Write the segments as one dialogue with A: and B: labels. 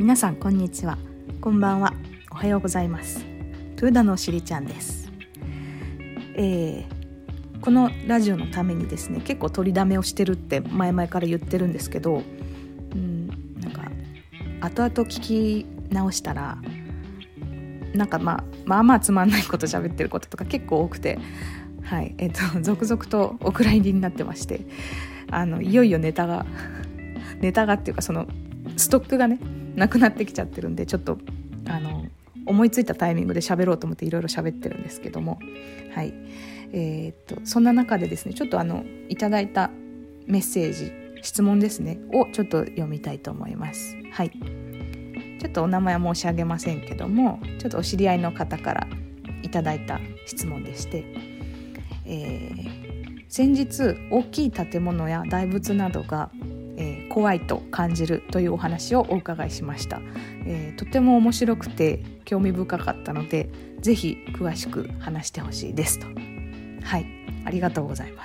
A: 皆さんこんにちは、こんばんは、おはようございます。トゥーダのしりちゃんです。このラジオのためにですね、結構取りだめをしてるって前々から言ってるんですけど、なんか後々聞き直したらなんかまあつまんないこと喋ってることとか結構多くて、はい、続々とお蔵入りになってまして、いよいよネタがっていうか、そのストックがねなくなってきちゃってるんで、ちょっと思いついたタイミングで喋ろうと思っていろいろ喋ってるんですけども、はい、そんな中でですね、ちょっといただいたメッセージ、質問ですねをちょっと読みたいと思います。はい、ちょっとお名前は申し上げませんけども、ちょっとお知り合いの方からいただいた質問でして、先日大きい建物や大仏などが怖いと感じるというお話をお伺いしました。とても面白くて興味深かったので、ぜひ詳しく話してほしいですと。はい、ありがとうございます。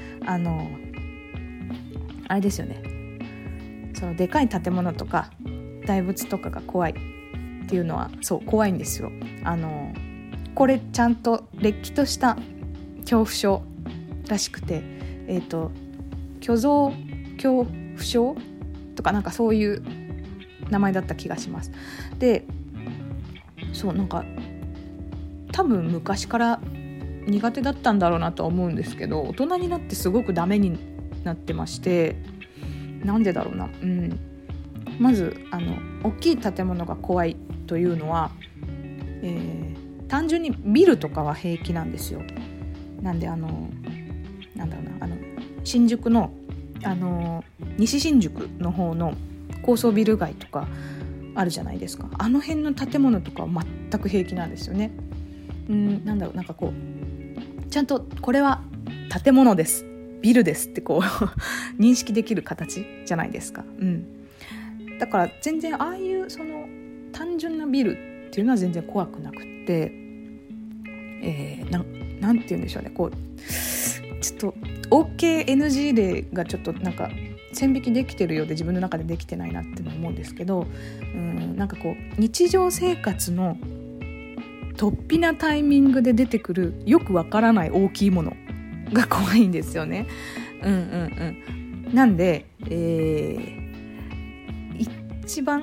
A: あれですよね、そのでかい建物とか大仏とかが怖いっていうのはそう怖いんですよ。これちゃんとれっきとした恐怖症らしくて、虚像恐怖症とかなんかそういう名前だった気がします。で、そうなんか多分昔から苦手だったんだろうなとは思うんですけど、大人になってすごくダメになってまして、なんでだろうな、まず大きい建物が怖いというのは、単純にビルとかは平気なんですよ。なんでなんだろうな、新宿の西新宿の方の高層ビル街とかあるじゃないですか。あの辺の建物とかは全く平気なんですよね。なんだろう、なんかこうちゃんとこれは建物です、ビルですってこう認識できる形じゃないですか。だから全然ああいうその単純なビルっていうのは全然怖くなくって、なんて言うんでしょうね、こうちょっと OKNG 例がちょっとなんか線引きできてるようで自分の中でできてないなって思うんですけど、なんかこう日常生活の突飛なタイミングで出てくるよくわからない大きいものが怖いんですよね。なんで、一番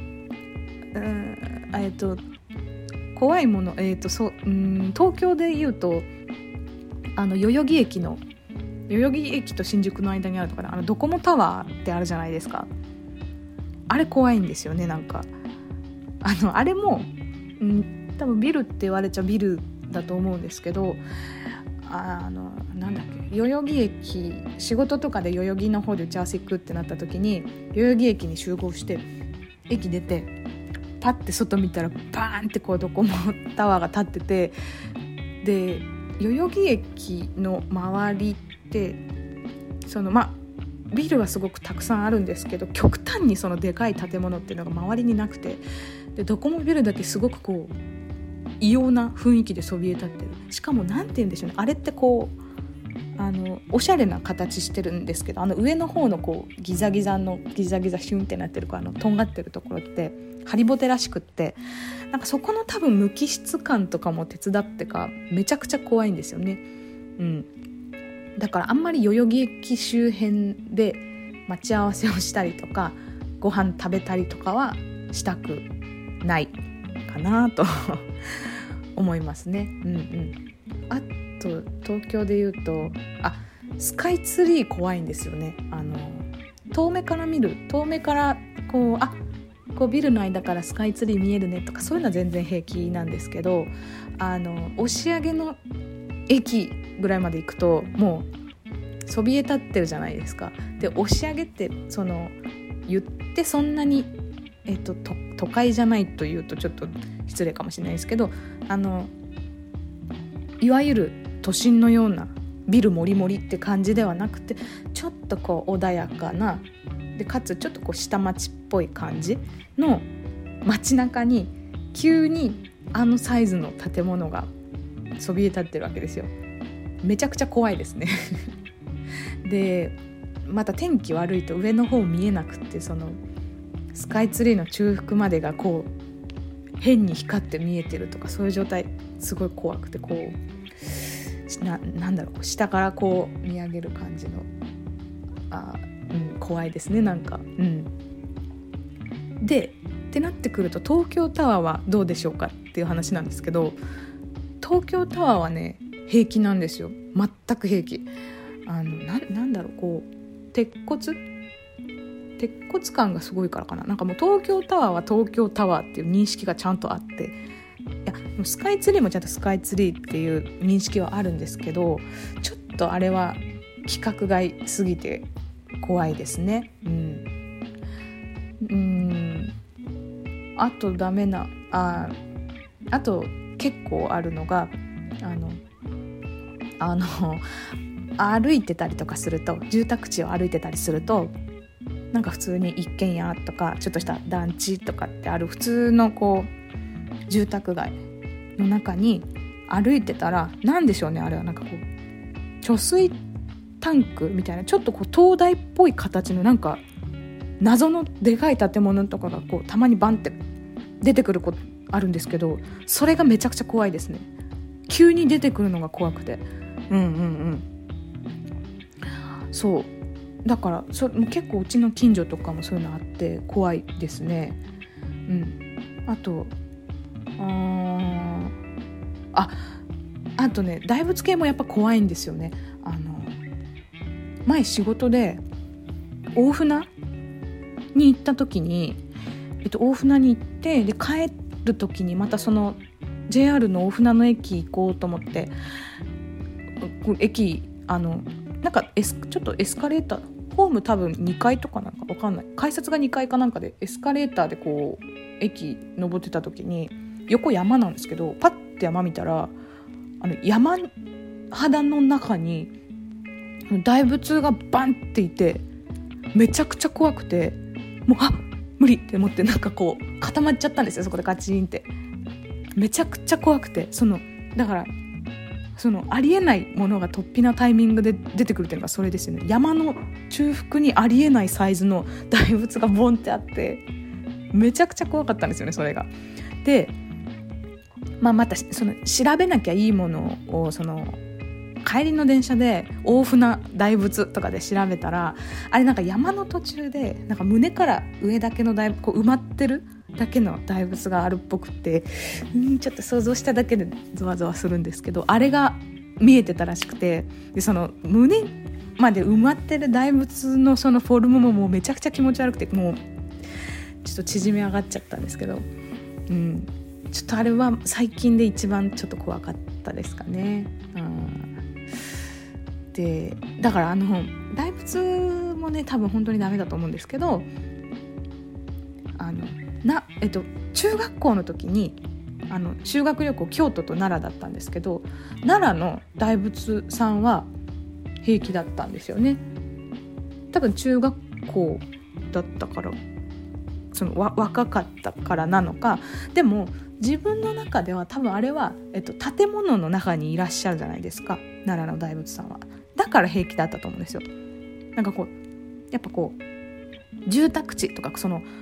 A: 怖いもの、東京で言うと代々木駅と新宿の間にあるとかね、ドコモタワーってあるじゃないですか。あれ怖いんですよね。なんかあれも、多分ビルって言われちゃビルだと思うんですけど、なんだっけ、代々木駅、仕事とかで代々木の方で打ち合わせ行くってなった時に代々木駅に集合して駅出てパッて外見たらバーンってこうドコモタワーが立ってて、で代々木駅の周りってそのビルはすごくたくさんあるんですけど、極端にそのでかい建物っていうのが周りになくて、でドコモビルだけすごくこう異様な雰囲気でそびえ立ってる。しかもなんて言うんでしょうね、あれってこうおしゃれな形してるんですけど、上の方のこうギザギザシュンってなってるとんがってるところってハリボテらしくって、なんかそこの多分無機質感とかも手伝ってかめちゃくちゃ怖いんですよね。だからあんまり代々木駅周辺で待ち合わせをしたりとかご飯食べたりとかはしたくないかなと思いますね。あと東京で言うとスカイツリー怖いんですよね。遠目からこうビルの間からスカイツリー見えるねとか、そういうのは全然平気なんですけど、押上の駅ぐらいまで行くともうそびえ立ってるじゃないですか。で押上ってその言ってそんなに、都会じゃないというとちょっと失礼かもしれないですけど、いわゆる都心のようなビルもりもりって感じではなくて、ちょっとこう穏やかなで、かつちょっとこう下町っぽい感じの街中に急にサイズの建物がそびえ立ってるわけですよ。めちゃくちゃ怖いですねでまた天気悪いと上の方見えなくて、そのスカイツリーの中腹までがこう変に光って見えてるとか、そういう状態すごい怖くて、こうなんだろう、下からこう見上げる感じの怖いですね、なんか。でってなってくると、東京タワーはどうでしょうかっていう話なんですけど、東京タワーはね平気なんですよ。全く平気。なんだろう、こう鉄骨感がすごいからかな。なんかもう東京タワーは東京タワーっていう認識がちゃんとあって、いやスカイツリーもちゃんとスカイツリーっていう認識はあるんですけど、ちょっとあれは規格外すぎて怖いですね。あとダメなあと結構あるのが歩いてたりとかすると、住宅地を歩いてたりすると、なんか普通に一軒家とかちょっとした団地とかってある普通のこう住宅街の中に歩いてたら、なんでしょうね、あれはなんかこう貯水タンクみたいな、ちょっとこう灯台っぽい形のなんか謎のでかい建物とかがこうたまにバンって出てくることあるんですけど、それがめちゃくちゃ怖いですね。急に出てくるのが怖くて、そうだから結構うちの近所とかもそういうのあって怖いですね。あとあとね、大仏系もやっぱ怖いんですよね。前仕事で大船に行った時に、大船に行ってで帰る時にまたその JR の大船の駅行こうと思って、駅なんかちょっとエスカレーター、ホーム多分2階とかなんか分かんない、改札が2階かなんかでエスカレーターでこう駅登ってた時に、横山なんですけど、パッて山見たら山肌の中に大仏がバンっていて、めちゃくちゃ怖くて、もう無理って思って、なんかこう固まっちゃったんですよ、そこでガチンって。めちゃくちゃ怖くて、だからありえないものが突飛なタイミングで出てくるっていうのがそれですよね。山の中腹にありえないサイズの大仏がボンってあって、めちゃくちゃ怖かったんですよね、それが。で、また調べなきゃいいものを帰りの電車で大船大仏とかで調べたら、あれなんか山の途中でなんか胸から上だけのこう埋まってるだけの大仏があるっぽくって、ちょっと想像しただけでゾワゾワするんですけど、あれが見えてたらしくて、で胸まで埋まってる大仏のそのフォルムももうめちゃくちゃ気持ち悪くて、もうちょっと縮み上がっちゃったんですけど、ちょっとあれは最近で一番ちょっと怖かったですかね。でだから大仏もね多分本当にダメだと思うんですけど、中学校の時に修学旅行京都と奈良だったんですけど、奈良の大仏さんは平気だったんですよね。多分中学校だったから若かったからなのか、でも自分の中では多分あれは、建物の中にいらっしゃるじゃないですか、奈良の大仏さんは。だから平気だったと思うんですよ。なんかこうやっぱこう住宅地とか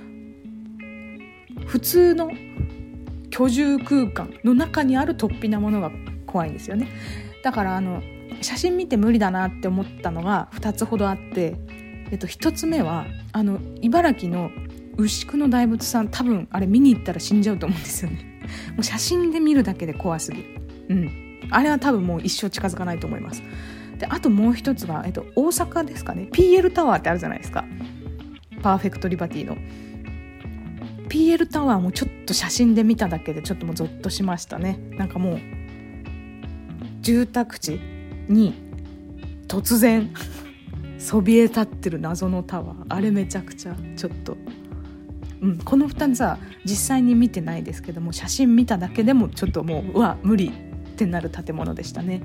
A: 普通の居住空間の中にある突飛なものが怖いんですよね。だから写真見て無理だなって思ったのが2つほどあって、1つ目は茨城の牛久の大仏さん、多分あれ見に行ったら死んじゃうと思うんですよね。もう写真で見るだけで怖すぎる。あれは多分もう一生近づかないと思います。であともう一つが、大阪ですかね、 PL タワーってあるじゃないですか、パーフェクトリバティの PL タワーもちょっと写真で見ただけでちょっともうゾッとしましたね。なんかもう住宅地に突然そびえ立ってる謎のタワー、あれめちゃくちゃちょっと、この2つは実際に見てないですけども、写真見ただけでもちょっともう無理ってなる建物でしたね。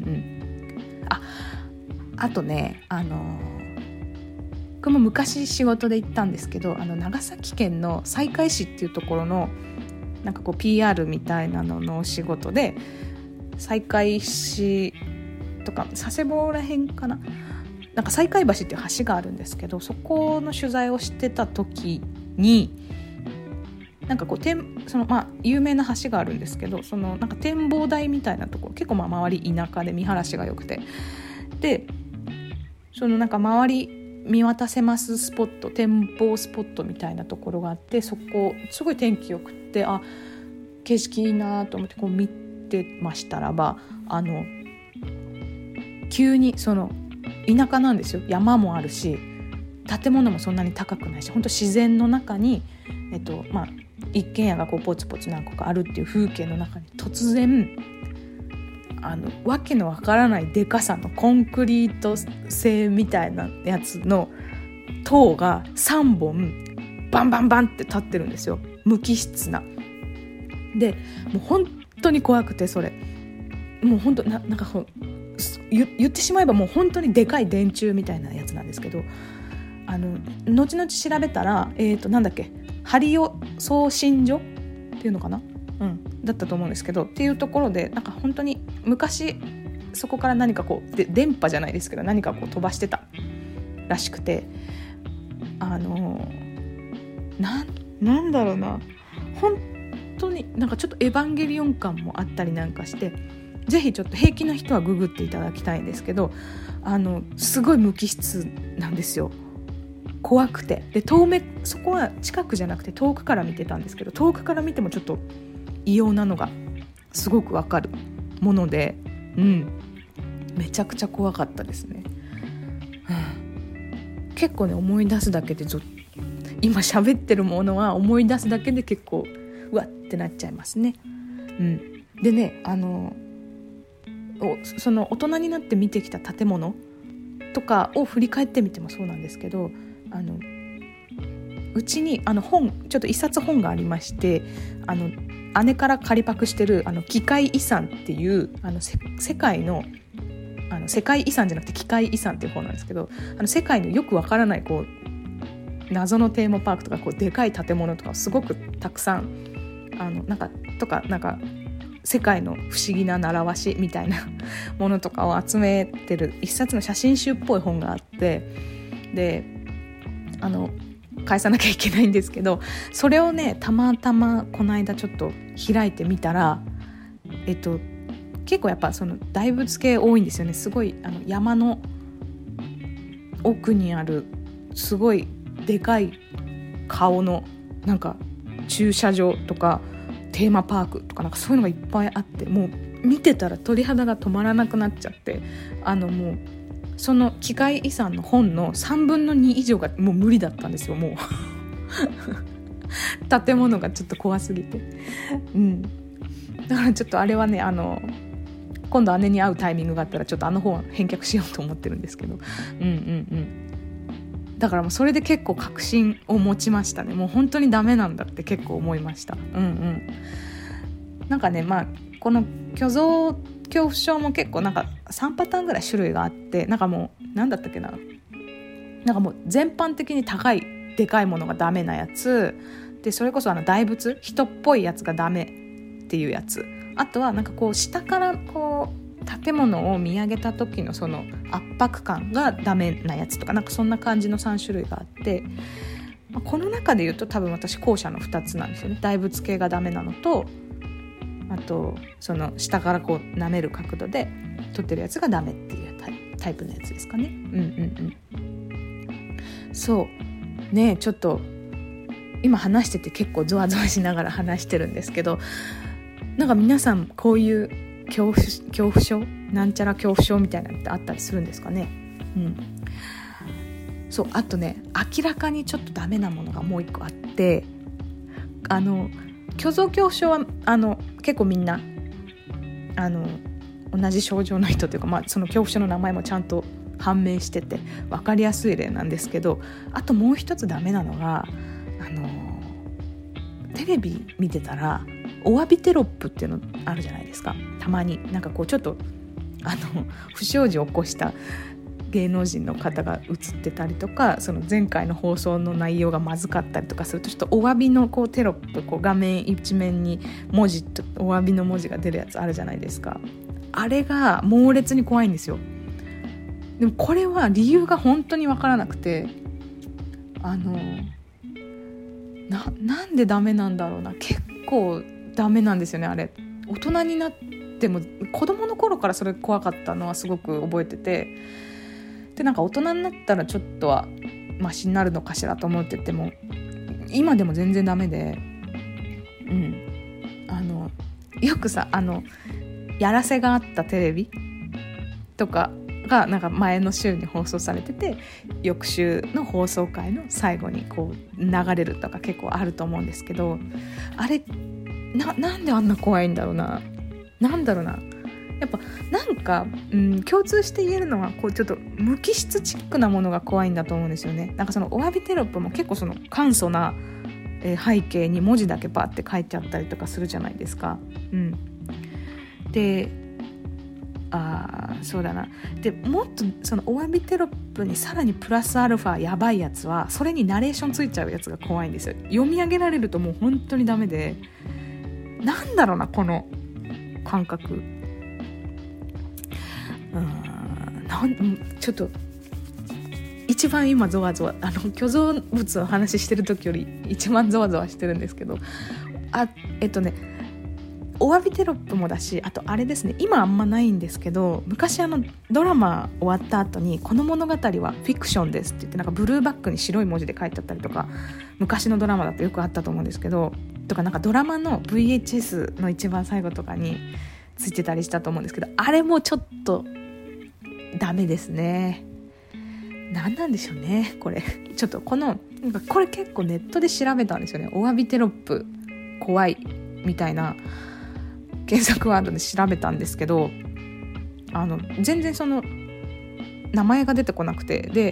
A: あとね、僕も昔仕事で行ったんですけど、長崎県の西海市っていうところのなんかこう PR みたいなののお仕事で、西海市とか佐世保らへんかな、なんか西海橋っていう橋があるんですけど、そこの取材をしてた時になんかこうその有名な橋があるんですけど、そのなんか展望台みたいなところ、結構周り田舎で見晴らしが良くて、でそのなんか周り見渡せますスポット、展望スポットみたいなところがあって、そこすごい天気良くて、景色いいなと思ってこう見てましたらば、急にその田舎なんですよ。山もあるし建物もそんなに高くないし、本当自然の中に一軒家がこうポツポツ何個かあるっていう風景の中に突然わけのわからないでかさのコンクリート製みたいなやつの塔が3本バンバンバンって立ってるんですよ。無機質なで、もう本当に怖くて、それもう本当なんか言ってしまえばもう本当にでかい電柱みたいなやつなんですけど、後々調べたらなんだっけ、ハリオ送信所っていうのかな、だったと思うんですけど、っていうところでなんか本当に昔そこから何かこう電波じゃないですけど何かこう飛ばしてたらしくて、なんだろうな、本当になんかちょっとエヴァンゲリオン感もあったりなんかして、ぜひちょっと平気な人はググっていただきたいんですけど、すごい無機質なんですよ。怖くて、でそこは近くじゃなくて遠くから見てたんですけど、遠くから見てもちょっと異様なのがすごくわかるもので、めちゃくちゃ怖かったですね。結構ね、思い出すだけで今喋ってるものは思い出すだけで結構うわってなっちゃいますね。でね、その大人になって見てきた建物とかを振り返ってみてもそうなんですけど、うちにちょっと一冊本がありまして、姉から借りパクしてる奇界遺産っていう世界の世界遺産じゃなくて奇界遺産っていう本なんですけど、世界のよくわからないこう謎のテーマパークとかこうでかい建物とかすごくたくさんなんか世界の不思議な習わしみたいなものとかを集めてる一冊の写真集っぽい本があって、で返さなきゃいけないんですけど、それをねたまたまこの間ちょっと開いてみたら、結構やっぱその大仏系多いんですよね。すごい山の奥にあるすごいでかい顔のなんか駐車場とかテーマパークとかなんかそういうのがいっぱいあって、もう見てたら鳥肌が止まらなくなっちゃって、もうその奇界遺産の本の3分の2以上がもう無理だったんですよ。もう建物がちょっと怖すぎて、だからちょっとあれはね今度姉に会うタイミングがあったらちょっと本は返却しようと思ってるんですけど、だからもうそれで結構確信を持ちましたね。もう本当にダメなんだって結構思いました。なんかね、この虚像恐怖症も結構なんか3パターンぐらい種類があって、なんかもうなんだったっけな、なんかもう全般的に高いでかいものがダメなやつで、それこそ大仏人っぽいやつがダメっていうやつ、あとはなんかこう下からこう建物を見上げた時のその圧迫感がダメなやつとか、なんかそんな感じの3種類があって、この中で言うと多分私後者の2つなんですよね。大仏系がダメなのと、あとその下からこう舐める角度で撮ってるやつがダメっていうタイプのやつですかね。そうね、ちょっと今話してて結構ゾワゾワしながら話してるんですけど、なんか皆さんこういう恐怖症なんちゃら恐怖症みたいなのってあったりするんですかね。そう、あとね、明らかにちょっとダメなものがもう一個あって、虚像恐怖症は結構みんな同じ症状の人というか、その恐怖症の名前もちゃんと判明してて分かりやすい例なんですけど、あともう一つダメなのがテレビ見てたらお詫びテロップっていうのあるじゃないですか。たまになんかこうちょっと不祥事を起こした芸能人の方が映ってたりとか、その前回の放送の内容がまずかったりとかすると、ちょっとお詫びのこうテロップ、こう画面一面にお詫びの文字が出るやつあるじゃないですか。あれが猛烈に怖いんですよ。でもこれは理由が本当に分からなくて、 なんでダメなんだろうな。結構ダメなんですよねあれ。大人になっても子供の頃からそれ怖かったのはすごく覚えてて、でなんか大人になったらちょっとはマシになるのかしらと思ってても今でも全然ダメで、よくさやらせがあったテレビとかがなんか前の週に放送されてて翌週の放送回の最後にこう流れるとか結構あると思うんですけど、あれなんであんな怖いんだろうな。なんだろうな、やっぱなんか、共通して言えるのはこうちょっと無機質チックなものが怖いんだと思うんですよね。なんかそのお詫びテロップも結構その簡素な背景に文字だけバーって書いてあったりとかするじゃないですか。でそうだな。でもっとそのお詫びテロップにさらにプラスアルファやばいやつはそれにナレーションついちゃうやつが怖いんですよ。読み上げられるともう本当にダメで、なんだろうなこの感覚。ちょっと一番今ゾワゾワ虚像物の話してる時より一番ゾワゾワしてるんですけど、お詫びテロップもだし、あとあれですね、今あんまないんですけど昔ドラマ終わった後にこの物語はフィクションですって言ってなんかブルーバックに白い文字で書いてあったりとか昔のドラマだとよくあったと思うんですけど、とかなんかドラマの VHS の一番最後とかについてたりしたと思うんですけど、あれもちょっとダメですね。何なんでしょうねこれ。ちょっとなんかこれ結構ネットで調べたんですよね。お詫びテロップ怖いみたいな検索ワードで調べたんですけど全然その名前が出てこなくて、で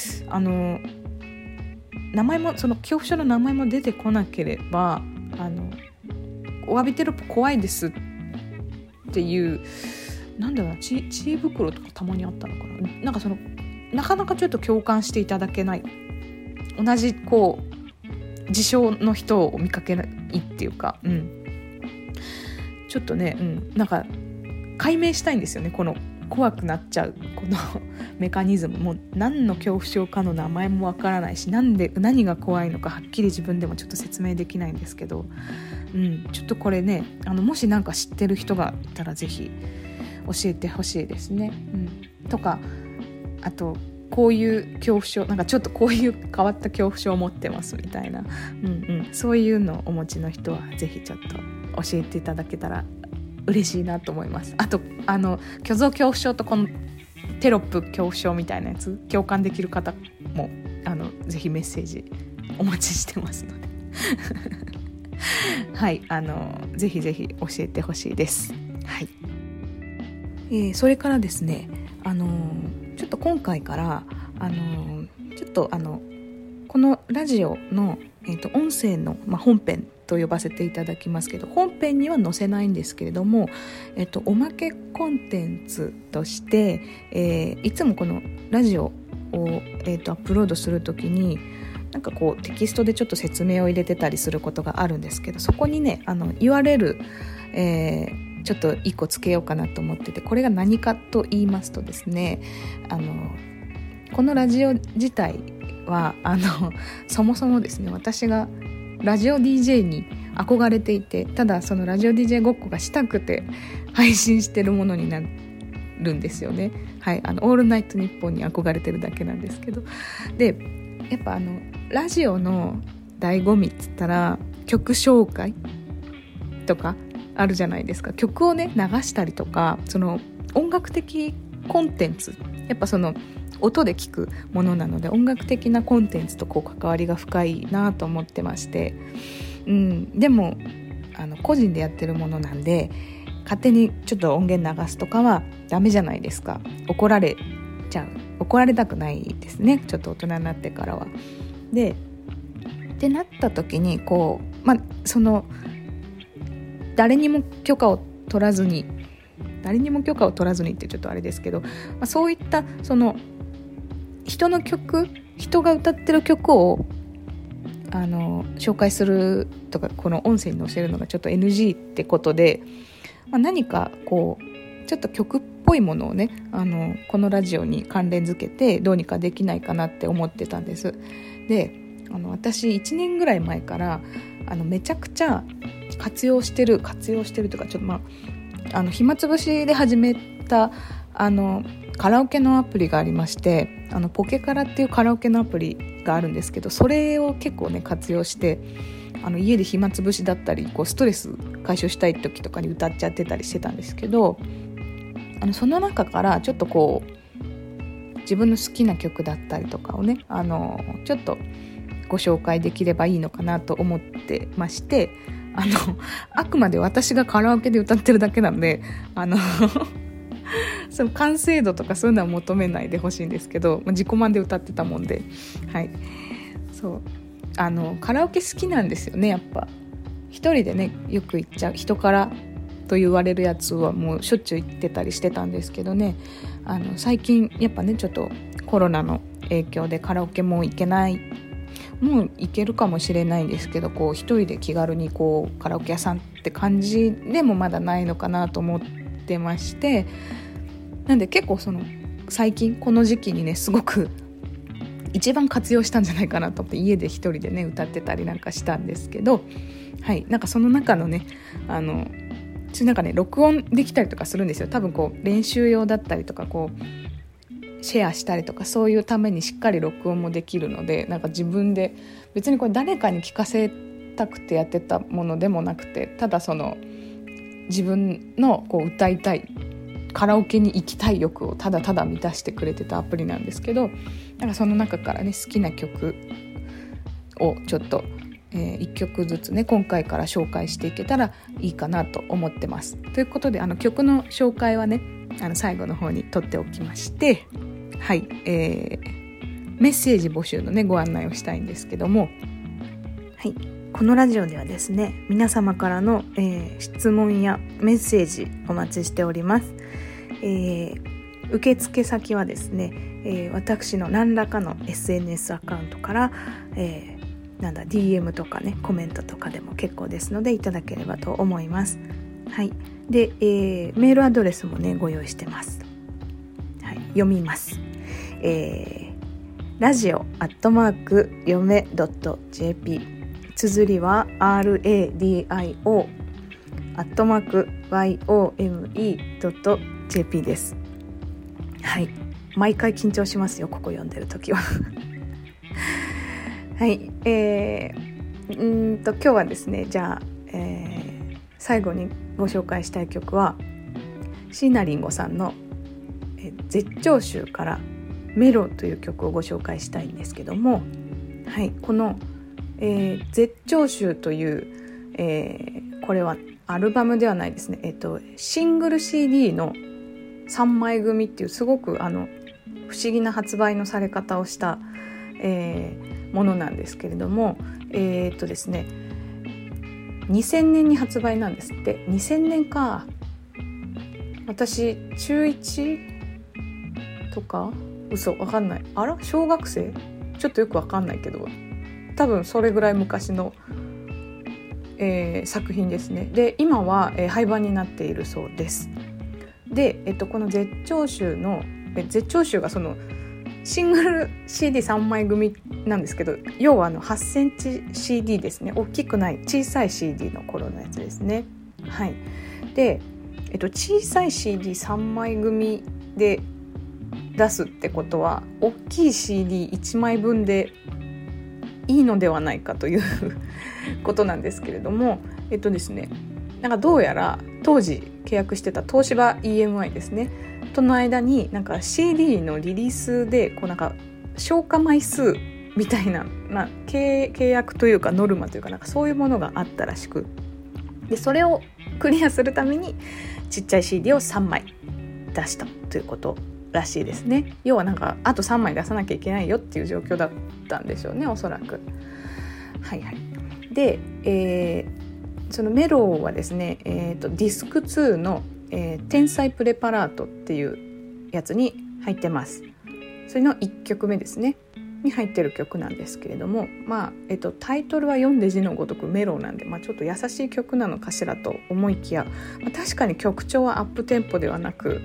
A: 名前もその恐怖症の名前も出てこなければお詫びテロップ怖いですっていうなんだろうな、知恵袋とかたまにあったのかな。なんかなかなかちょっと共感していただけない、同じこう自称の人を見かけないっていうか、ちょっとね、なんか解明したいんですよね。この怖くなっちゃうこのメカニズムも何の恐怖症かの名前もわからないし、何が怖いのかはっきり自分でもちょっと説明できないんですけど、ちょっとこれねもしなんか知ってる人がいたらぜひ教えてほしいですね。とかあとこういう恐怖症なんかちょっとこういう変わった恐怖症を持ってますみたいな、そういうのをお持ちの人はぜひちょっと教えていただけたら嬉しいなと思います。あと虚像恐怖症とこのテロップ恐怖症みたいなやつ共感できる方もぜひメッセージお待ちしてますのではいぜひぜひ教えてほしいです。はい、それからですねちょっと今回からちょっとこのラジオの、音声の、本編と呼ばせていただきますけど、本編には載せないんですけれども、おまけコンテンツとして、いつもこのラジオを、アップロードするときになんかこうテキストでちょっと説明を入れてたりすることがあるんですけど、そこにねURL、ちょっと1個つけようかなと思ってて、これが何かと言いますとですね、このラジオ自体はそもそもですね、私がラジオ DJ に憧れていて、ただそのラジオ DJ ごっこがしたくて配信してるものになるんですよね。はい、オールナイトニッポンに憧れてるだけなんですけど、でやっぱラジオの醍醐味っつったら曲紹介とかあるじゃないですか。曲をね流したりとか、その音楽的コンテンツ、やっぱその音で聞くものなので音楽的なコンテンツとこう関わりが深いなと思ってまして、でも個人でやってるものなんで勝手にちょっと音源流すとかはダメじゃないですか。怒られちゃう。怒られたくないですね、ちょっと大人になってからは。でってなった時にこうその誰にも許可を取らずにってちょっとあれですけど、そういったその人が歌ってる曲を紹介するとかこの音声に載せるのがちょっと NG ってことで、何かこうちょっと曲っぽいものをねこのラジオに関連づけてどうにかできないかなって思ってたんです。で私1年ぐらい前からめちゃくちゃ活用してるというか、ちょっと暇つぶしで始めたカラオケのアプリがありまして、ポケカラっていうカラオケのアプリがあるんですけど、それを結構ね活用して、家で暇つぶしだったりストレス解消したい時とかに歌っちゃってたりしてたんですけど、その中からちょっと自分の好きな曲だったりとかをねちょっとご紹介できればいいのかなと思ってまして、あくまで私がカラオケで歌ってるだけなんでその完成度とかそういうのは求めないでほしいんですけど、自己満で歌ってたもんで、はい、そうカラオケ好きなんですよね。やっぱ一人でねよく行っちゃう人からと言われるやつはもうしょっちゅう行ってたりしてたんですけどね、最近やっぱねちょっとコロナの影響でカラオケも行けない、もう行けるかもしれないんですけど、一人で気軽にカラオケ屋さんって感じでもまだないのかなと思ってまして、なんで結構最近この時期にねすごく一番活用したんじゃないかなと思って、家で一人でね歌ってたりなんかしたんですけど、はい、なんかその中のねなんかね録音できたりとかするんですよ。多分練習用だったりとかシェアしたりとか、そういうためにしっかり録音もできるので、なんか自分で別に誰かに聞かせたくてやってたものでもなくて、ただ自分の歌いたいカラオケに行きたい欲をただただ満たしてくれてたアプリなんですけど、なんかその中からね好きな曲をちょっと、1曲ずつね今回から紹介していけたらいいかなと思ってます。ということで曲の紹介はね最後の方に取っておきまして、はい、メッセージ募集のねご案内をしたいんですけども、はい、このラジオではですね皆様からの、質問やメッセージお待ちしております。受付先はですね、私の何らかの SNS アカウントから、DM とかねコメントとかでも結構ですのでいただければと思います。はい、で、メールアドレスもねご用意してます。はい、読みます。radio@よめ.jp、 綴りは radio @yome.jp です。はい、毎回緊張しますよここ読んでるときははい、今日はですねじゃあ、最後にご紹介したい曲は椎名林檎さんの絶頂集からメロという曲をご紹介したいんですけども、はい、この、絶頂集という、これはアルバムではないですね、シングル CD の3枚組っていうすごく不思議な発売のされ方をした、ものなんですけれども、ですね2000年に発売なんですって。2000年か、私中1とか嘘わかんない、小学生ちょっとよくわかんないけど多分それぐらい昔の、作品ですね。で今は、廃盤になっているそうです。で、この絶頂集がそのシングル CD3 枚組なんですけど、要は8センチ CD ですね。大きくない小さい CD の頃のやつですね。はい。で、小さい CD3 枚組で出すってことは大きい CD1 枚分でいいのではないかということなんですけれども、ですね、なんかどうやら当時契約してた東芝 EMI ですねとの間になんか CD のリリースでなんか消化枚数みたいな、契約というかノルマというかなんかそういうものがあったらしく、でそれをクリアするためにちっちゃい CD を3枚出したということらしいですね。要はなんかあと3枚出さなきゃいけないよっていう状況だったんでしょうね、おそらく。はいはい。で、そのメロはですね、ディスク2の、天才プレパラートっていうやつに入ってます。それの1曲目ですねに入ってる曲なんですけれども、タイトルは読んで字のごとくメロなんで、ちょっと優しい曲なのかしらと思いきや、確かに曲調はアップテンポではなく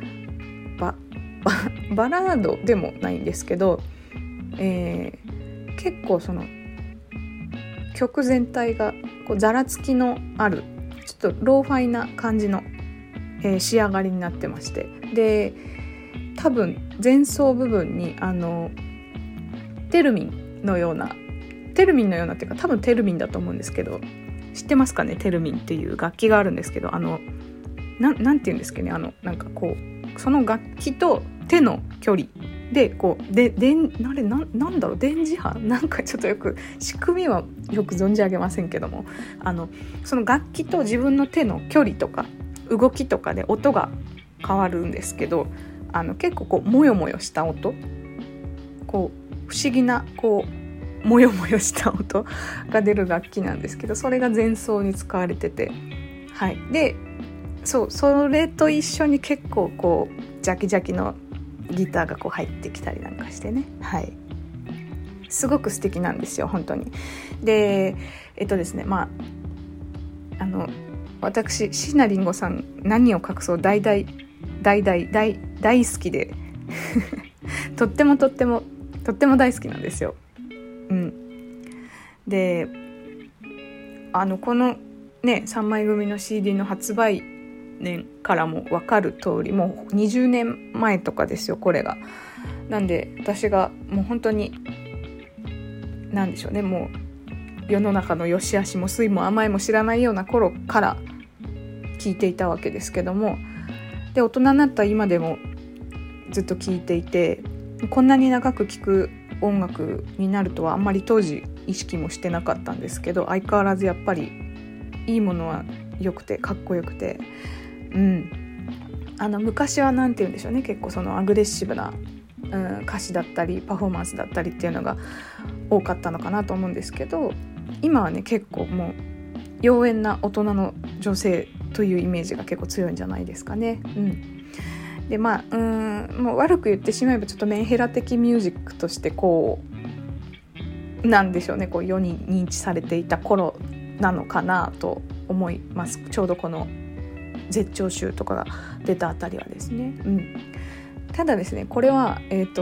A: バラードでもないんですけど、 結構その曲全体がこうざらつきのあるちょっとローファイな感じの、仕上がりになってまして、で多分前奏部分にテルミンのようなっていうか多分テルミンだと思うんですけど、知ってますかね。テルミンっていう楽器があるんですけど、なんていうんですかね、なんかこうその楽器と手の距離でこうなんだろう、電磁波なんかちょっとよく仕組みはよく存じ上げませんけども、その楽器と自分の手の距離とか動きとかで音が変わるんですけど、結構こうもよもよした音、こう不思議なこうもよもよした音が出る楽器なんですけど、それが前奏に使われてて、はい、でそれと一緒に結構こうジャキジャキのギターがこう入ってきたりなんかしてね、はい、すごく素敵なんですよ本当に。でですね、まあ私椎名林檎さん何を隠そう大好きでとっても大好きなんですよ。でこのね3枚組の CD の発売年からも分かる通り、もう20年前とかですよこれが。なんで私がもう本当になんでしょうね、もう世の中の良し悪しも酸いも甘いも知らないような頃から聴いていたわけですけども、で大人になった今でもずっと聴いていて、こんなに長く聴く音楽になるとはあんまり当時意識もしてなかったんですけど、相変わらずやっぱりいいものは良くてかっこよくて、昔はなんて言うんでしょうね、結構そのアグレッシブな、歌詞だったりパフォーマンスだったりっていうのが多かったのかなと思うんですけど、今はね結構もう妖艶な大人の女性というイメージが結構強いんじゃないですかね。でもう悪く言ってしまえばちょっとメンヘラ的ミュージックとしてこうなんでしょうね、こう世に認知されていた頃なのかなと思います。ちょうどこの絶頂集とかが出たあたりはですね、ただですねこれは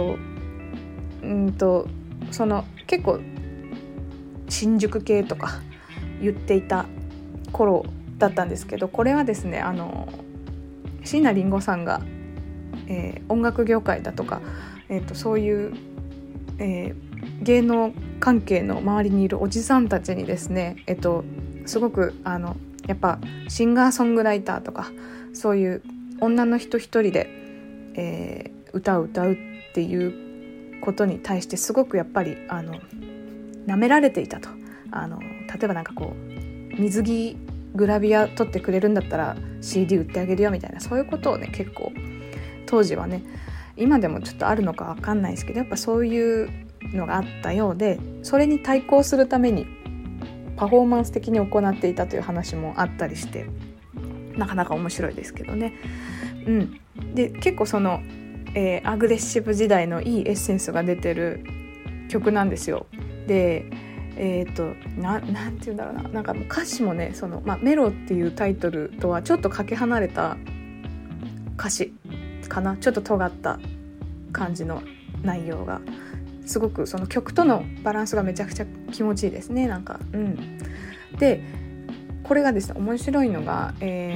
A: その結構新宿系とか言っていた頃だったんですけど、これはですね椎名林檎さんが、音楽業界だとか、そういう、芸能関係の周りにいるおじさんたちにですね、すごくやっぱシンガーソングライターとかそういう女の人一人で、歌を歌うっていうことに対してすごくやっぱり舐められていたと。例えばなんかこう水着グラビア撮ってくれるんだったら CD 売ってあげるよみたいな、そういうことをね結構当時はね、今でもちょっとあるのか分かんないですけど、やっぱそういうのがあったようで、それに対抗するためにパフォーマンス的に行っていたという話もあったりして、なかなか面白いですけどね。で結構その、アグレッシブ時代のいいエッセンスが出てる曲なんですよ。でなんていうんだろうな、なんかもう歌詞もねメロっていうタイトルとはちょっとかけ離れた歌詞かな、ちょっと尖った感じの内容がすごくその曲とのバランスがめちゃくちゃ気持ちいいですね。なんかでこれがですね面白いのが、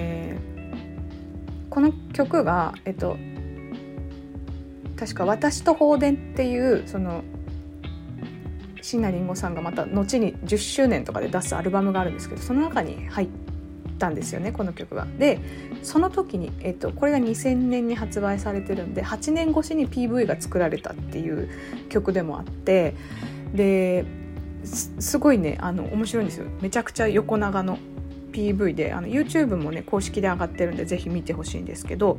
A: この曲が確か私と放電っていうその椎名林檎さんがまた後に10周年とかで出すアルバムがあるんですけど、その中に入ったんですよねこの曲が。でその時に、これが2000年に発売されてるんで8年越しに PV が作られたっていう曲でもあって、ですごいね面白いんですよ。めちゃくちゃ横長の PV でYouTube もね公式で上がってるんでぜひ見てほしいんですけど、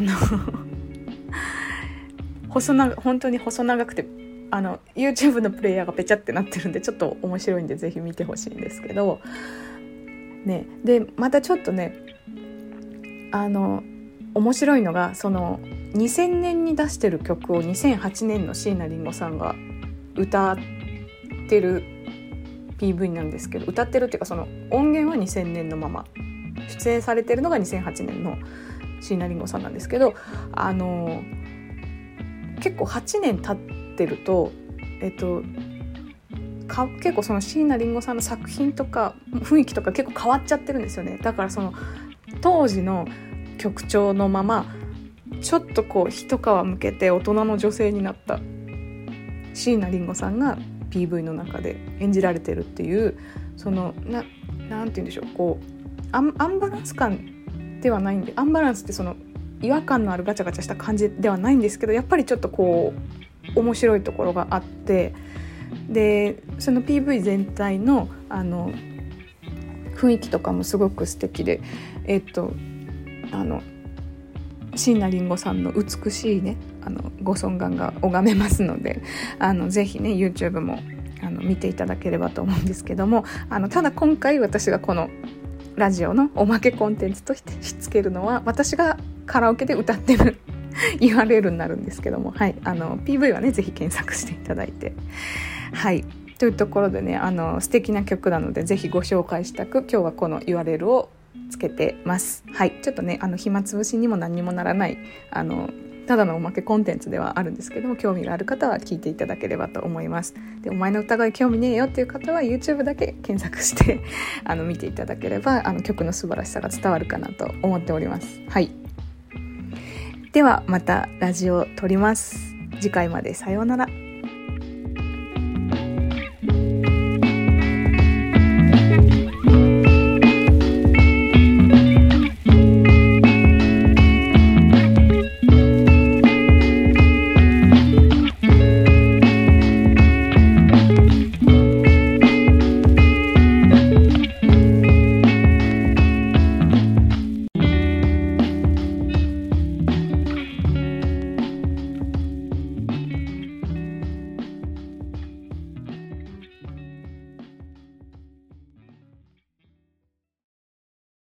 A: 本当に細長くてYouTube のプレイヤーがペチャってなってるんでちょっと面白いんでぜひ見てほしいんですけどね。でまたちょっとね面白いのがその2000年に出してる曲を2008年の椎名林檎さんが歌ってる PV なんですけど、歌ってるっていうかその音源は2000年のまま出演されてるのが2008年の椎名林檎さんなんですけど、結構8年経ってると結構その椎名林檎さんの作品とか雰囲気とか結構変わっちゃってるんですよね。だからその当時の曲調のままちょっとこう一皮むけて大人の女性になった椎名林檎さんが PV の中で演じられてるっていう、そのなんて言うんでしょう、こうアンバランス感ではないんで、アンバランスってその違和感のあるガチャガチャした感じではないんですけど、やっぱりちょっとこう面白いところがあって、でその PV 全体の雰囲気とかもすごく素敵で、椎名林檎さんの美しいねご尊顔が拝めますので、ぜひね YouTube も見ていただければと思うんですけども、ただ今回私がこのラジオのおまけコンテンツとしてしつけるのは、私がカラオケで歌ってるURL になるんですけども、はい、PV はねぜひ検索していただいて、はいというところでね、素敵な曲なのでぜひご紹介したく、今日はこの URL をつけてます。はい、ちょっとね暇つぶしにも何にもならないただのおまけコンテンツではあるんですけども、興味がある方は聞いていただければと思います。でお前の歌声興味ねえよっていう方は YouTube だけ検索して見ていただければ曲の素晴らしさが伝わるかなと思っております。はい、ではまたラジオ撮ります。次回までさようなら。